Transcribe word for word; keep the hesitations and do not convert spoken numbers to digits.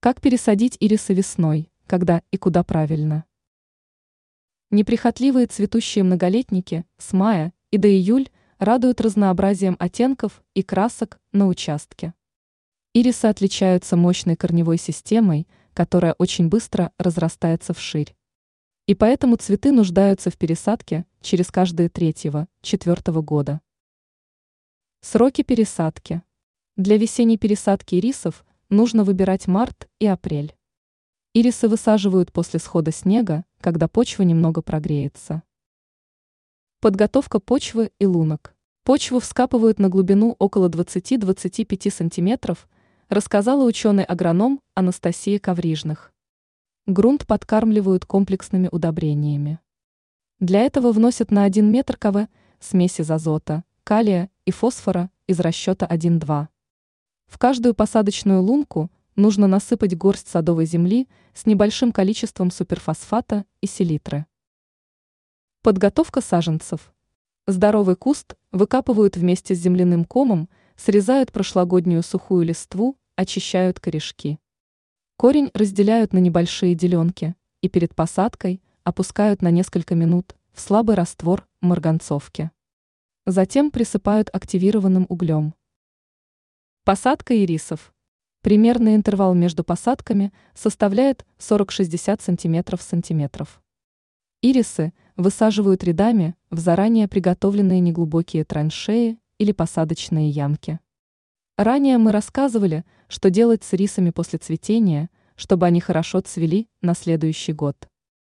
Как пересадить ирисы весной, когда и куда правильно? Неприхотливые цветущие многолетники с мая и до июль радуют разнообразием оттенков и красок на участке. Ирисы отличаются мощной корневой системой, которая очень быстро разрастается вширь. И поэтому цветы нуждаются в пересадке через каждые третьего-четвертого года. Сроки пересадки. Для весенней пересадки ирисов нужно выбирать март и апрель. Ирисы высаживают после схода снега, когда почва немного прогреется. Подготовка почвы и лунок. Почву вскапывают на глубину около двадцати-двадцати пяти сантиметров, рассказала ученый-агроном Анастасия Коврижных. Грунт подкармливают комплексными удобрениями. Для этого вносят на один метр КВ смесь из азота, калия и фосфора из расчета один-два. В каждую посадочную лунку нужно насыпать горсть садовой земли с небольшим количеством суперфосфата и селитры. Подготовка саженцев. Здоровый куст выкапывают вместе с земляным комом, срезают прошлогоднюю сухую листву, очищают корешки. Корень разделяют на небольшие деленки и перед посадкой опускают на несколько минут в слабый раствор марганцовки. Затем присыпают активированным углем. Посадка ирисов. Примерный интервал между посадками составляет сорок-шестьдесят сантиметров сантиметров. Ирисы высаживают рядами в заранее приготовленные неглубокие траншеи или посадочные ямки. Ранее мы рассказывали, что делать с ирисами после цветения, чтобы они хорошо цвели на следующий год.